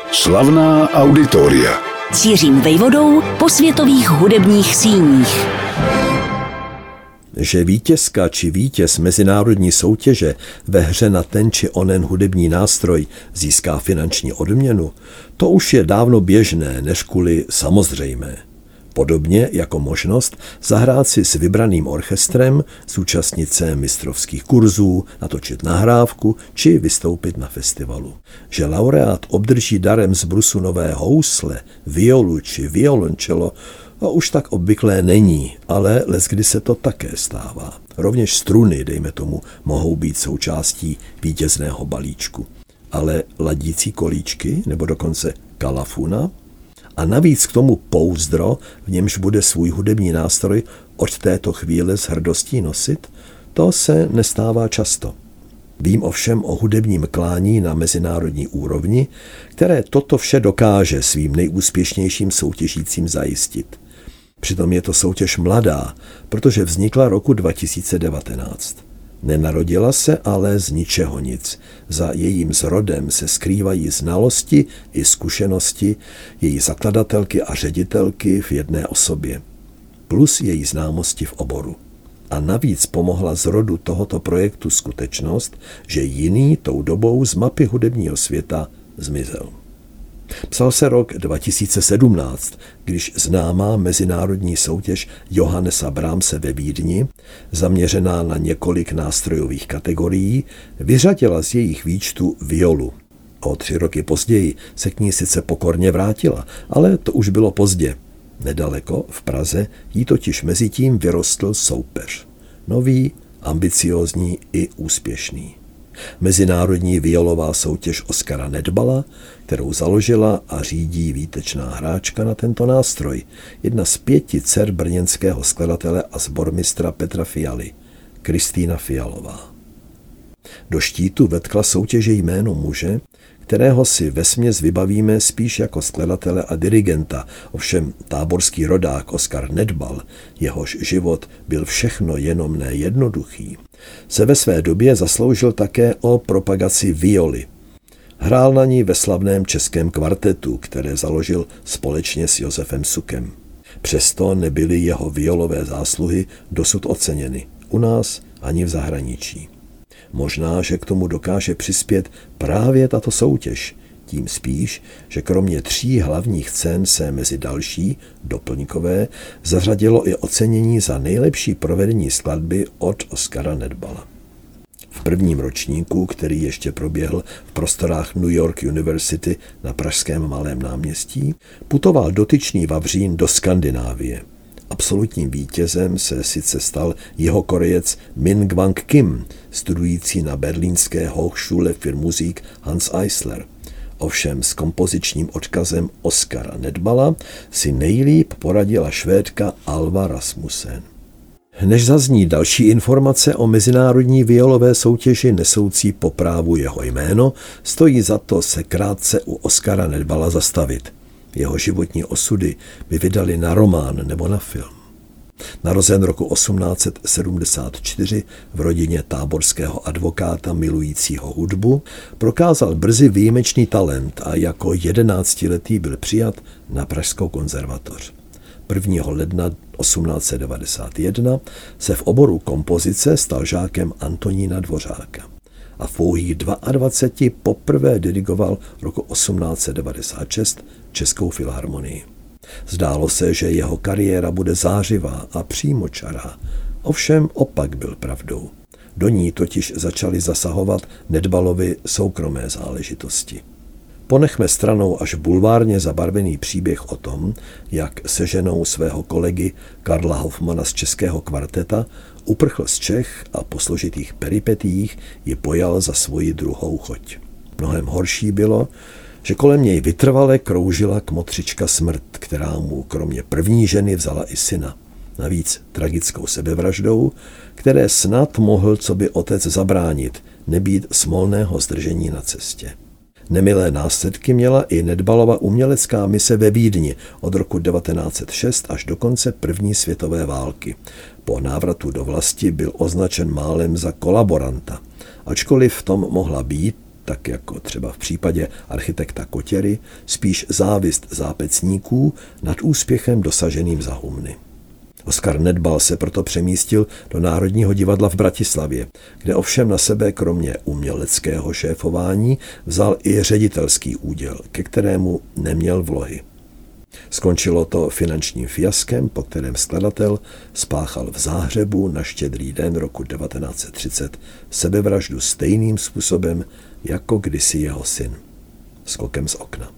Slavná auditoria. Cířím vejvodou po světových hudebních síních. Že vítězka či vítěz mezinárodní soutěže ve hře na ten či onen hudební nástroj získá finanční odměnu, to už je dávno běžné, než kvůli samozřejmé. Podobně jako možnost zahrát si s vybraným orchestrem, zúčastnit se mistrovských kurzů, natočit nahrávku či vystoupit na festivalu. Že laureát obdrží darem z brusu nové housle, violu či violončelo, a už tak obvyklé není, ale leckdy se to také stává. Rovněž struny, dejme tomu, mohou být součástí vítězného balíčku. Ale ladící kolíčky nebo dokonce kalafuna? A navíc k tomu pouzdro, v němž bude svůj hudební nástroj od této chvíle s hrdostí nosit, to se nestává často. Vím ovšem o hudebním klání na mezinárodní úrovni, které toto vše dokáže svým nejúspěšnějším soutěžícím zajistit. Přitom je to soutěž mladá, protože vznikla roku 2019. Nenarodila se ale z ničeho nic. Za jejím zrodem se skrývají znalosti i zkušenosti její zakladatelky a ředitelky v jedné osobě, plus její známosti v oboru. A navíc pomohla zrodu tohoto projektu skutečnost, že jiný tou dobou z mapy hudebního světa zmizel. Psal se rok 2017, když známá mezinárodní soutěž Johannesa Brahmse ve Vídni, zaměřená na několik nástrojových kategorií, vyřadila z jejich výčtu violu. O 3 roky později se k ní sice pokorně vrátila, ale to už bylo pozdě. Nedaleko, v Praze, jí totiž mezitím vyrostl soupeř. Nový, ambiciózní i úspěšný. Mezinárodní violová soutěž Oskara Nedbala, kterou založila a řídí výtečná hráčka na tento nástroj, jedna z 5 dcer brněnského skladatele a sbormistra Petra Fialy, Kristýna Fialová. Do štítu vetkla soutěže jméno muže, kterého si vesměs vybavíme spíš jako skladatele a dirigenta, ovšem táborský rodák Oskar Nedbal, jehož život byl všechno jenom nejednoduchý, se ve své době zasloužil také o propagaci violy. Hrál na ní ve slavném českém kvartetu, které založil společně s Josefem Sukem. Přesto nebyly jeho violové zásluhy dosud oceněny, u nás ani v zahraničí. Možná, že k tomu dokáže přispět právě tato soutěž, tím spíš, že kromě 3 hlavních cen se mezi další, doplňkové, zařadilo i ocenění za nejlepší provedení skladby od Oskara Nedbala. V prvním ročníku, který ještě proběhl v prostorách New York University na pražském Malém náměstí, putoval dotyčný Vavřín do Skandinávie. Absolutním vítězem se sice stal Jihokorejec Min Gwang Kim, studující na berlínské Hochschule für Musik Hans Eisler. Ovšem s kompozičním odkazem Oskara Nedbala si nejlíp poradila Švédka Alva Rasmussen. Než zazní další informace o mezinárodní violové soutěži nesoucí po právu jeho jméno, stojí za to se krátce u Oskara Nedbala zastavit. Jeho životní osudy by vydali na román nebo na film. Narozen roku 1874 v rodině táborského advokáta milujícího hudbu, prokázal brzy výjimečný talent a jako 11letý byl přijat na Pražskou konzervatoř. 1. ledna 1891 se v oboru kompozice stal žákem Antonína Dvořáka. A v pouhých 22 poprvé dirigoval roku 1896 Českou filharmonii. Zdálo se, že jeho kariéra bude zářivá a přímočará. Ovšem opak byl pravdou. Do ní totiž začaly zasahovat Nedbalovy soukromé záležitosti. Ponechme stranou až bulvárně zabarvený příběh o tom, jak se ženou svého kolegy Karla Hofmana z českého kvarteta uprchl z Čech a po složitých peripetiích ji pojal za svoji druhou choť. Mnohem horší bylo, že kolem něj vytrvale kroužila kmotřička smrt, která mu kromě první ženy vzala i syna. Navíc tragickou sebevraždou, které snad mohl coby otec zabránit, nebýt smolného zdržení na cestě. Nemilé následky měla i Nedbalova umělecká mise ve Vídni od roku 1906 až do konce první světové války. Po návratu do vlasti byl označen málem za kolaboranta, ačkoliv v tom mohla být, tak jako třeba v případě architekta Kotěry, spíš závist zápecníků nad úspěchem dosaženým za Humny. Oskar Nedbal se proto přemístil do Národního divadla v Bratislavě, kde ovšem na sebe kromě uměleckého šéfování vzal i ředitelský úděl, ke kterému neměl vlohy. Skončilo to finančním fiaskem, po kterém skladatel spáchal v Záhřebu na Štědrý den roku 1930 sebevraždu stejným způsobem jako kdysi jeho syn. Skokem z okna.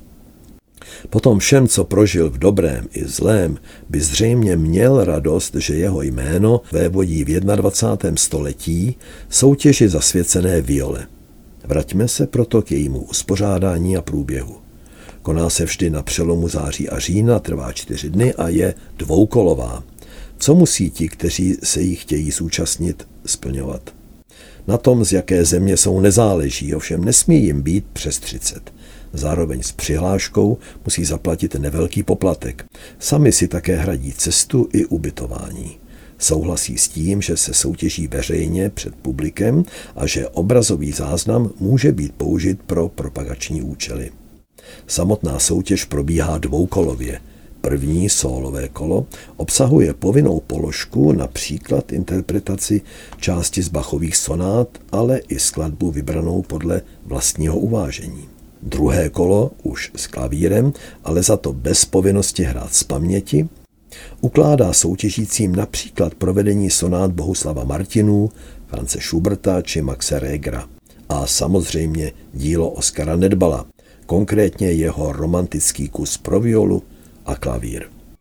Po tom všem, co prožil v dobrém i zlém, by zřejmě měl radost, že jeho jméno vévodí v 21. století soutěži zasvěcené viole. Vraťme se proto k jejímu uspořádání a průběhu. Koná se vždy na přelomu září a října, trvá 4 dny a je dvoukolová. Co musí ti, kteří se jí chtějí zúčastnit, splňovat? Na tom, z jaké země jsou, nezáleží, ovšem nesmí jim být přes 30. Zároveň s přihláškou musí zaplatit nevelký poplatek. Sami si také hradí cestu i ubytování. Souhlasí s tím, že se soutěží veřejně před publikem a že obrazový záznam může být použit pro propagační účely. Samotná soutěž probíhá dvoukolově. První sólové kolo obsahuje povinnou položku, například interpretaci části z Bachových sonát, ale i skladbu vybranou podle vlastního uvážení. Druhé kolo, už s klavírem, ale za to bez povinnosti hrát z paměti, ukládá soutěžícím například provedení sonát Bohuslava Martinů, Franze Schuberta či Maxe Regera. A samozřejmě dílo Oskara Nedbala, konkrétně jeho romantický kus pro violu a klavír.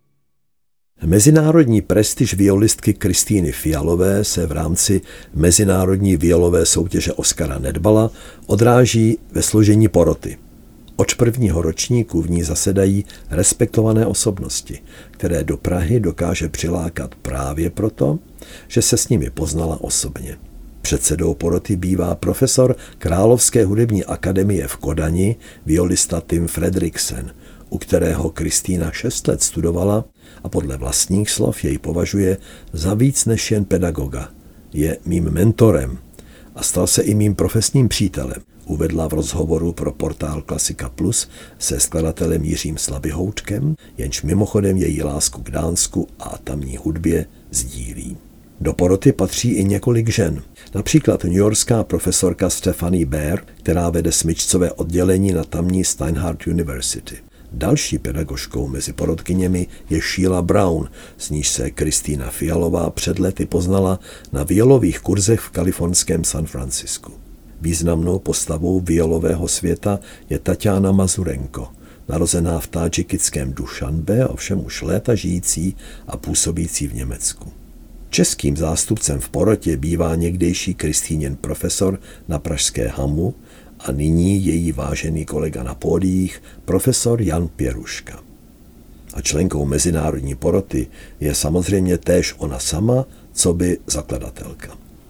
Mezinárodní prestiž violistky Kristýny Fialové se v rámci mezinárodní violové soutěže Oskara Nedbala odráží ve složení poroty. Od prvního ročníku v ní zasedají respektované osobnosti, které do Prahy dokáže přilákat právě proto, že se s nimi poznala osobně. Předsedou poroty bývá profesor Královské hudební akademie v Kodani, violista Tim Fredriksen, u kterého Kristýna 6 let studovala a podle vlastních slov jej považuje za víc než jen pedagoga. Je mým mentorem a stal se i mým profesním přítelem, uvedla v rozhovoru pro portál Klasika Plus se skladatelem Jiřím Slabyhoutkem, jenž mimochodem její lásku k Dánsku a tamní hudbě sdílí. Do poroty patří i několik žen, například newyorská profesorka Stephanie Baer, která vede smyčcové oddělení na tamní Steinhardt University. Další pedagožkou mezi porotkyněmi je Sheila Brown, s níž se Kristýna Fialová před lety poznala na violových kurzech v kalifornském San Francisku. Významnou postavou violového světa je Taťána Mazurenko, narozená v tádžikickém Dušanbe, ovšem už léta žijící a působící v Německu. Českým zástupcem v porotě bývá někdejší Kristýnin profesor na pražské Hamu a nyní její vážený kolega na pódiích, profesor Jan Pěruška. A členkou mezinárodní poroty je samozřejmě též ona sama, coby zakladatelka.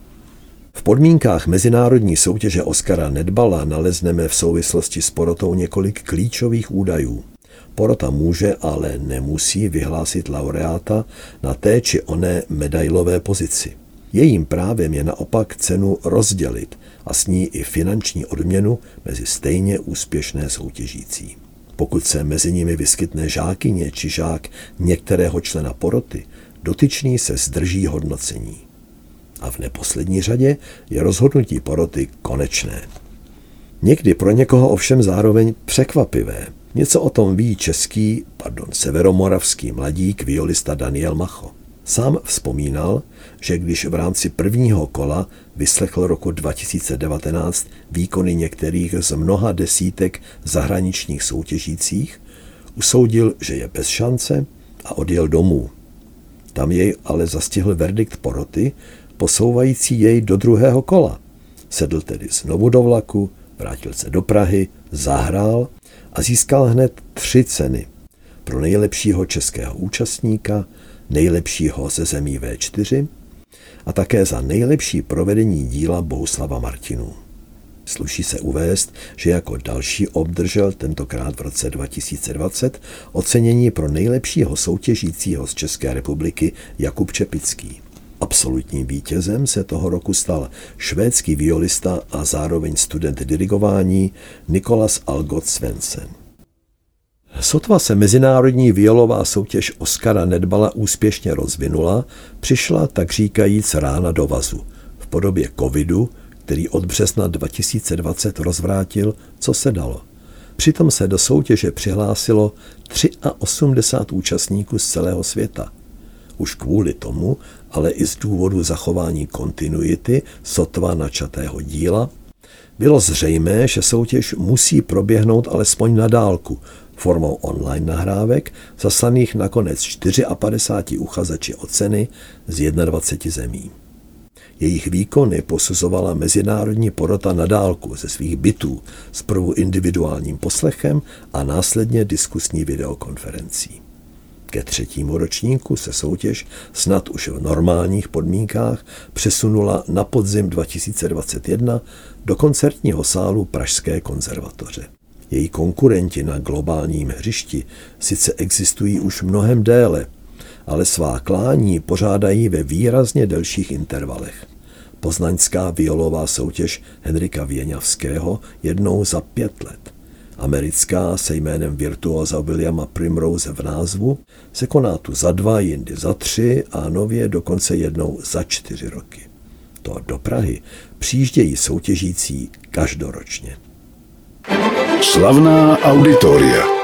V podmínkách mezinárodní soutěže Oskara Nedbala nalezneme v souvislosti s porotou několik klíčových údajů. Porota může, ale nemusí vyhlásit laureáta na té či oné medailové pozici. Jejím právem je naopak cenu rozdělit a s ní i finanční odměnu mezi stejně úspěšné soutěžící. Pokud se mezi nimi vyskytne žákyně či žák některého člena poroty, dotyčný se zdrží hodnocení. A v neposlední řadě je rozhodnutí poroty konečné. Někdy pro někoho ovšem zároveň překvapivé. Něco o tom ví severomoravský mladík violista Daniel Macho. Sám vzpomínal, že když v rámci prvního kola vyslechl roku 2019 výkony některých z mnoha desítek zahraničních soutěžících, usoudil, že je bez šance a odjel domů. Tam jej ale zastihl verdikt poroty, posouvající jej do druhého kola. Sedl tedy znovu do vlaku, vrátil se do Prahy, zahrál a získal hned 3 ceny. Pro nejlepšího českého účastníka, nejlepšího ze zemí V4 a také za nejlepší provedení díla Bohuslava Martinů. Sluší se uvést, že jako další obdržel tentokrát v roce 2020 ocenění pro nejlepšího soutěžícího z České republiky Jakub Čepický. Absolutním vítězem se toho roku stal švédský violista a zároveň student dirigování Nicolas Algot Svensson. Sotva se mezinárodní violová soutěž Oskara Nedbala úspěšně rozvinula, přišla tak říkajíc rána do vazu v podobě covidu, který od března 2020 rozvrátil, co se dalo. Přitom se do soutěže přihlásilo 83 účastníků z celého světa. Už kvůli tomu, ale i z důvodu zachování kontinuity sotva načatého díla, bylo zřejmé, že soutěž musí proběhnout alespoň na dálku, formou online nahrávek, zaslaných nakonec 54 uchazeči o ceny z 21 zemí. Jejich výkony posuzovala mezinárodní porota na dálku ze svých bytů, zprvu individuálním poslechem a následně diskusní videokonferencí. Ke 3. ročníku se soutěž snad už v normálních podmínkách přesunula na podzim 2021 do koncertního sálu Pražské konzervatoře. Její konkurenti na globálním hřišti sice existují už mnohem déle, ale svá klání pořádají ve výrazně delších intervalech. Poznaňská violová soutěž Henrika Věňavského jednou za 5 let. Americká se jménem virtuóza Williama Primrose v názvu se koná tu za 2, jindy za 3 a nově dokonce jednou za 4 roky. To do Prahy přijíždějí soutěžící každoročně. Slavná auditoria.